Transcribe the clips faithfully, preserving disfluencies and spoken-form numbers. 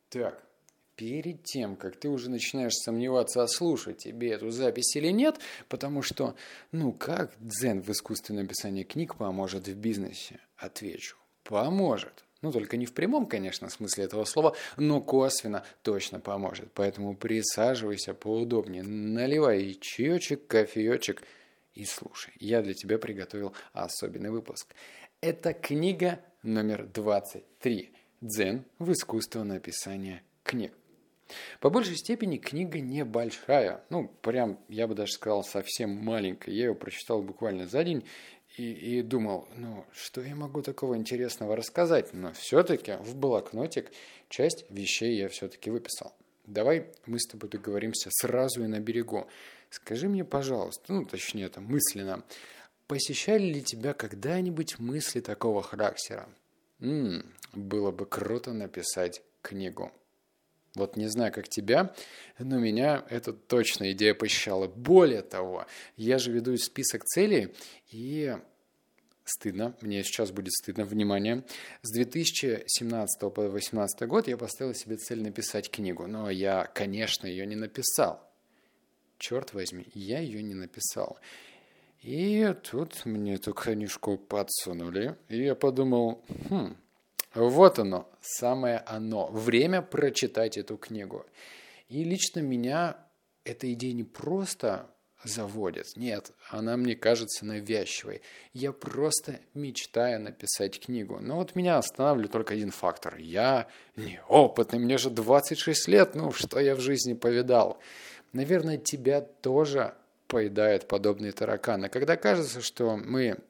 Так, перед тем, как ты уже начинаешь сомневаться, а слушать тебе эту запись или нет, потому что, ну как дзен в искусственном написании книг поможет в бизнесе? Отвечу, поможет. Ну, только не в прямом, конечно, смысле этого слова, но косвенно точно поможет. Поэтому присаживайся поудобнее, наливай чаечек, кофеечек и слушай. Я для тебя приготовил особенный выпуск. Это книга номер двадцать три. Дзен в искусственном написании книг. По большей степени книга небольшая, ну, прям, я бы даже сказал, совсем маленькая. Я ее прочитал буквально за день и, и думал, ну, что я могу такого интересного рассказать? Но все-таки в блокнотик часть вещей я все-таки выписал. Давай мы с тобой договоримся сразу и на берегу. Скажи мне, пожалуйста, ну, точнее, это мысленно, посещали ли тебя когда-нибудь мысли такого характера? М-м, было бы круто написать книгу. Вот не знаю, как тебя, но меня эта точно идея посещала. Более того, я же веду список целей, и стыдно, мне сейчас будет стыдно, внимание, с две тысячи семнадцатого по две тысячи восемнадцатый год я поставил себе цель написать книгу, но я, конечно, ее не написал. Черт возьми, я ее не написал. И тут мне эту книжку подсунули, и я подумал, хм, вот оно, самое оно, время прочитать эту книгу. И лично меня эта идея не просто заводит, нет, она мне кажется навязчивой. Я просто мечтаю написать книгу. Но вот меня останавливает только один фактор. Я неопытный, мне же двадцать шесть лет, ну что я в жизни повидал. Наверное, тебя тоже поедают подобные тараканы, когда кажется, что мы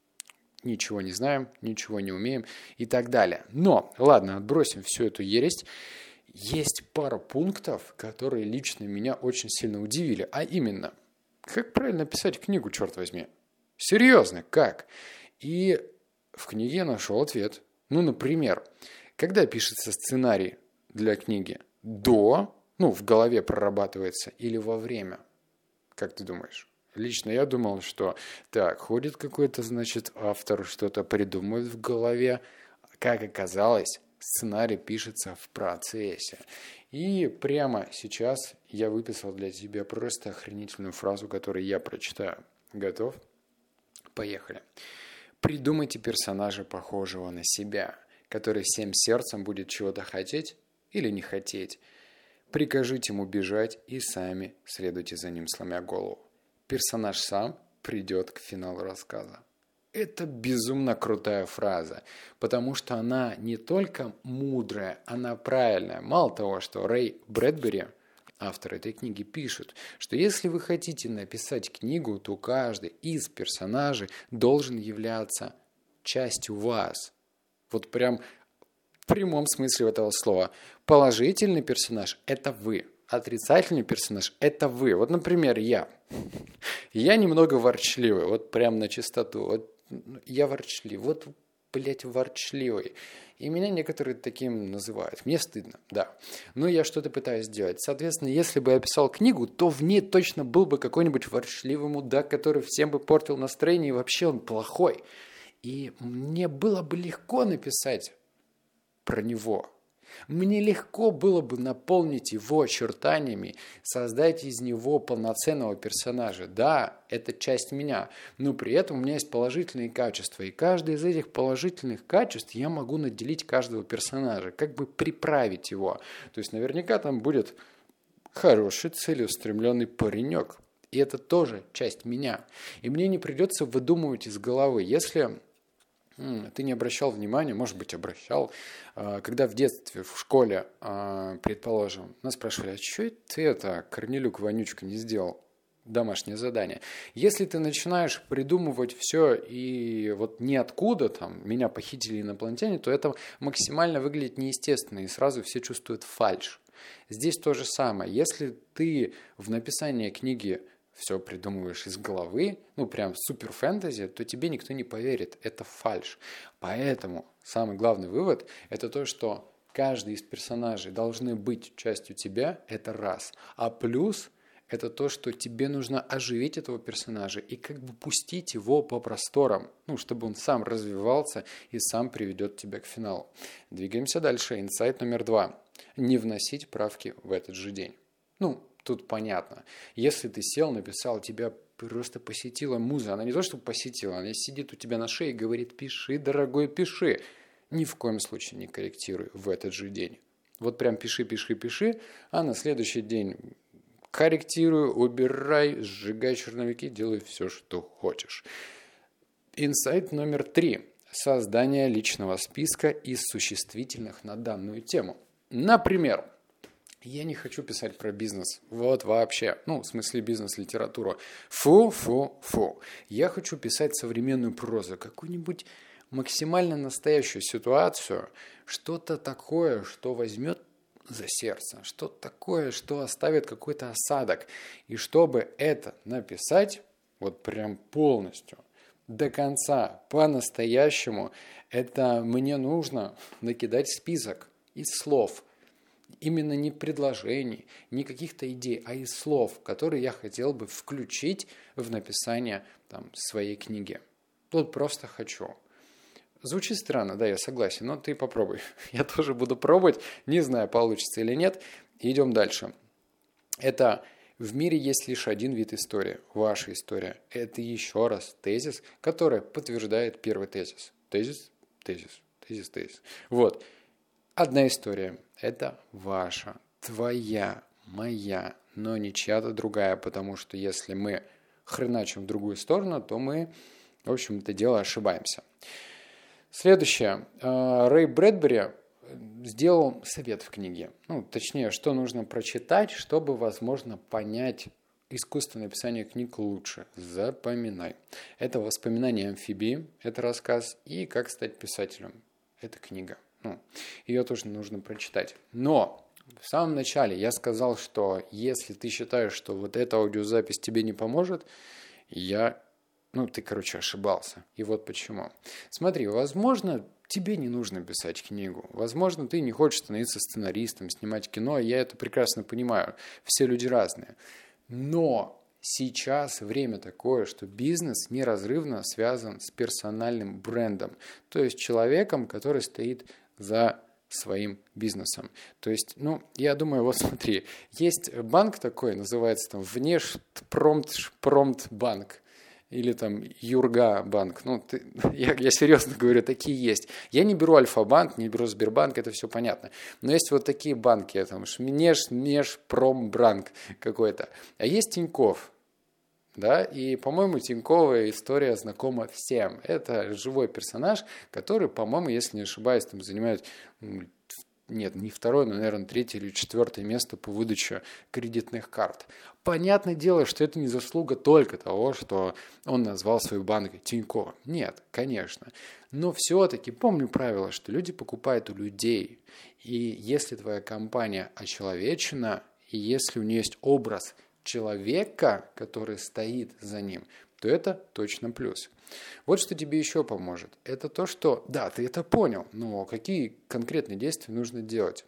ничего не знаем, ничего не умеем и так далее. Но, ладно, отбросим всю эту ересь. Есть пара пунктов, которые лично меня очень сильно удивили. А именно, как правильно писать книгу, черт возьми? Серьезно, как? И в книге я нашел ответ. Ну, например, когда пишется сценарий для книги? До, ну, в голове прорабатывается или во время? Как ты думаешь? Лично я думал, что так, ходит какой-то, значит, автор, что-то придумывает в голове. Как оказалось, сценарий пишется в процессе. И прямо сейчас я выписал для тебя просто охренительную фразу, которую я прочитаю. Готов? Поехали. Придумайте персонажа, похожего на себя, который всем сердцем будет чего-то хотеть или не хотеть. Прикажите ему бежать и сами следуйте за ним, сломя голову. Персонаж сам придет к финалу рассказа. Это безумно крутая фраза, потому что она не только мудрая, она правильная. Мало того, что Рэй Брэдбери, автор этой книги, пишет, что если вы хотите написать книгу, то каждый из персонажей должен являться частью вас. Вот прям в прямом смысле этого слова. Положительный персонаж – это вы. Отрицательный персонаж – это вы. Вот, например, я. Я немного ворчливый, вот прям на чистоту. Вот я ворчливый, вот, блядь, ворчливый. И меня некоторые таким называют. Мне стыдно, да. Но я что-то пытаюсь сделать. Соответственно, если бы я писал книгу, то в ней точно был бы какой-нибудь ворчливый мудак, который всем бы портил настроение, и вообще он плохой. И мне было бы легко написать про него. Мне легко было бы наполнить его очертаниями, создать из него полноценного персонажа. Да, это часть меня, но при этом у меня есть положительные качества. И каждое из этих положительных качеств я могу наделить каждого персонажа, как бы приправить его. То есть наверняка там будет хороший, целеустремленный паренек. И это тоже часть меня. И мне не придется выдумывать из головы. Если ты не обращал внимания, может быть, обращал, когда в детстве, в школе, предположим, нас спрашивали, а что ты это, Корнелюк Вонючка, не сделал домашнее задание? Если ты начинаешь придумывать все и вот ниоткуда, там, меня похитили инопланетяне, то это максимально выглядит неестественно, и сразу все чувствуют фальшь. Здесь то же самое. Если ты в написании книги все придумываешь из головы, ну прям супер фэнтези, то тебе никто не поверит, это фальшь. Поэтому самый главный вывод – это то, что каждый из персонажей должны быть частью тебя, это раз. А плюс – это то, что тебе нужно оживить этого персонажа и как бы пустить его по просторам, ну, чтобы он сам развивался и сам приведет тебя к финалу. Двигаемся дальше. Инсайт номер два. Не вносить правки в этот же день. Ну, тут понятно. Если ты сел, написал, тебя просто посетила муза. Она не то, что посетила, она сидит у тебя на шее и говорит: пиши, дорогой, пиши. Ни в коем случае не корректируй в этот же день. Вот прям пиши, пиши, пиши, а на следующий день корректируй, убирай, сжигай черновики, делай все, что хочешь. Инсайт номер три. Создание личного списка из существительных на данную тему. Например, я не хочу писать про бизнес. Вот вообще. Ну, в смысле бизнес-литературу. Фу, фу, фу. Я хочу писать современную прозу. Какую-нибудь максимально настоящую ситуацию. Что-то такое, что возьмет за сердце. Что-то такое, что оставит какой-то осадок. И чтобы это написать, вот прям полностью, до конца, по-настоящему, это мне нужно накидать список из слов. Именно не предложений, не каких-то идей, а из слов, которые я хотел бы включить в написание там, своей книги. Тут просто хочу. Звучит странно, да, я согласен, но ты попробуй. Я тоже буду пробовать, не знаю, получится или нет. Идем дальше. Это в мире есть лишь один вид истории, ваша история. Это еще раз тезис, который подтверждает первый тезис. Тезис, тезис, тезис, тезис. Вот. Одна история. Это ваша, твоя, моя, но не чья-то другая, потому что если мы хреначим в другую сторону, то мы, в общем, это дело ошибаемся. Следующее. Рэй Брэдбери сделал совет в книге. Ну, точнее, что нужно прочитать, чтобы, возможно, понять искусство написания книг лучше. Запоминай. Это «Воспоминания амфибии», это рассказ, и «Как стать писателем». Это книга. Ну, ее тоже нужно прочитать. Но в самом начале я сказал, что если ты считаешь, что вот эта аудиозапись тебе не поможет, я, ну, ты, короче, ошибался. И вот почему. Смотри, возможно, тебе не нужно писать книгу. Возможно, ты не хочешь становиться сценаристом, снимать кино. Я это прекрасно понимаю. Все люди разные. Но сейчас время такое, что бизнес неразрывно связан с персональным брендом. То есть человеком, который стоит за своим бизнесом. То есть, ну, я думаю, вот смотри, есть банк такой, называется там Внешпромтбанк или там Юрга банк. Ну, ты, я, я серьезно говорю, такие есть. Я не беру Альфа-банк, не беру Сбербанк, это все понятно. Но есть вот такие банки, там Шминеш, Межпромбанк какой-то. А есть Тинькофф. Да, и, по-моему, Тинькова история знакома всем. Это живой персонаж, который, по-моему, если не ошибаюсь, там занимает, нет, не второе, но, наверное, третье или четвертое место по выдаче кредитных карт. Понятное дело, что это не заслуга только того, что он назвал свой банк Тинькова. Нет, конечно. Но все-таки помню правило, что люди покупают у людей. И если твоя компания очеловечена, и если у нее есть образ человека, который стоит за ним, то это точно плюс. Вот что тебе еще поможет. Это то, что, да, ты это понял, но какие конкретные действия нужно делать?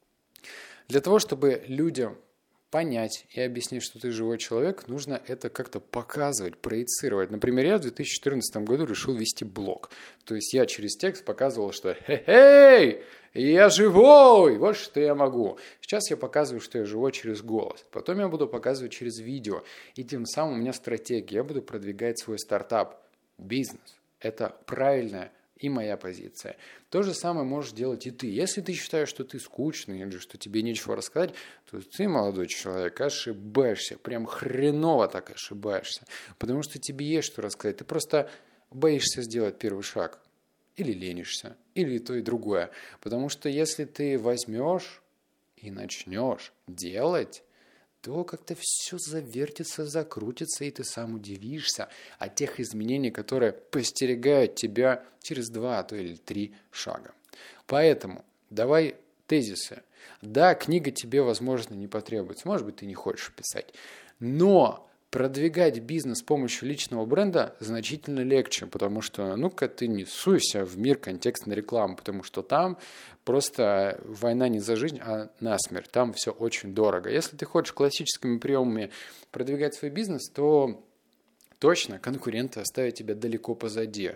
Для того, чтобы людям понять и объяснить, что ты живой человек, нужно это как-то показывать, проецировать. Например, я в две тысячи четырнадцатом году решил вести блог. То есть я через текст показывал, что «Хе-хей! Я живой! Вот что я могу!» Сейчас я показываю, что я живой через голос. Потом я буду показывать через видео. И тем самым у меня стратегия. Я буду продвигать свой стартап. Бизнес. Это правильная и моя позиция. То же самое можешь делать и ты. Если ты считаешь, что ты скучный или что тебе нечего рассказать, то ты, молодой человек, ошибаешься. Прям хреново так ошибаешься. Потому что тебе есть что рассказать. Ты просто боишься сделать первый шаг. Или ленишься. Или и то, и другое. Потому что если ты возьмешь и начнешь делать, то как-то все завертится, закрутится, и ты сам удивишься от тех изменений, которые постерегают тебя через два, а то или три шага. Поэтому давай тезисы. Да, книга тебе, возможно, не потребуется. Может быть, ты не хочешь писать. Но продвигать бизнес с помощью личного бренда значительно легче, потому что, ну-ка, ты не суйся в мир контекстной рекламы, потому что там просто война не за жизнь, а на смерть. Там все очень дорого. Если ты хочешь классическими приемами продвигать свой бизнес, то точно конкуренты оставят тебя далеко позади.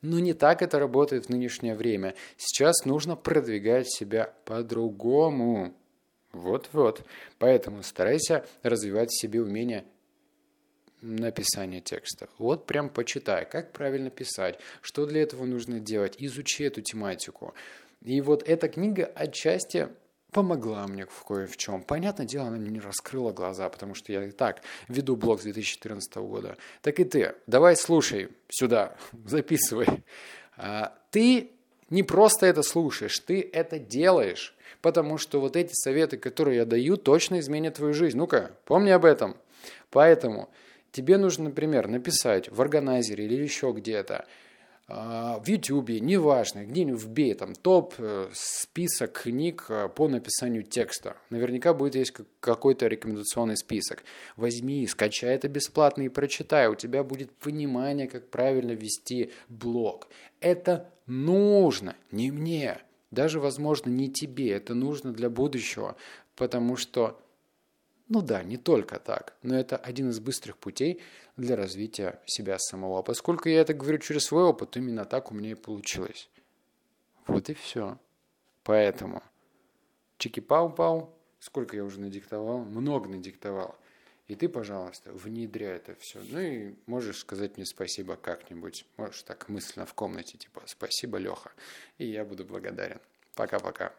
Но не так это работает в нынешнее время. Сейчас нужно продвигать себя по-другому. Вот-вот. Поэтому старайся развивать в себе умение написания текста. Вот прям почитай, как правильно писать, что для этого нужно делать, изучи эту тематику. И вот эта книга отчасти помогла мне в кое в чем. Понятное дело, она мне не раскрыла глаза, потому что я и так веду блог с две тысячи четырнадцатого года. Так и ты. Давай слушай сюда, записывай. А, ты не просто это слушаешь, ты это делаешь. Потому что вот эти советы, которые я даю, точно изменят твою жизнь. Ну-ка, помни об этом. Поэтому тебе нужно, например, написать в органайзере или еще где-то, в Ютубе, неважно, где-нибудь вбей там топ, список книг по написанию текста. Наверняка будет есть какой-то рекомендационный список. Возьми, скачай это бесплатно и прочитай. У тебя будет понимание, как правильно вести блог. Это нужно, не мне. Даже, возможно, не тебе. Это нужно для будущего. Потому что, ну да, не только так, но это один из быстрых путей для развития себя самого. А поскольку я это говорю через свой опыт, именно так у меня и получилось. Вот и все. Поэтому чики-пау-пау. Сколько я уже надиктовал? Много надиктовал. И ты, пожалуйста, внедряй это все. Ну и можешь сказать мне спасибо как-нибудь. Можешь так мысленно в комнате, типа, спасибо, Леха. И я буду благодарен. Пока-пока.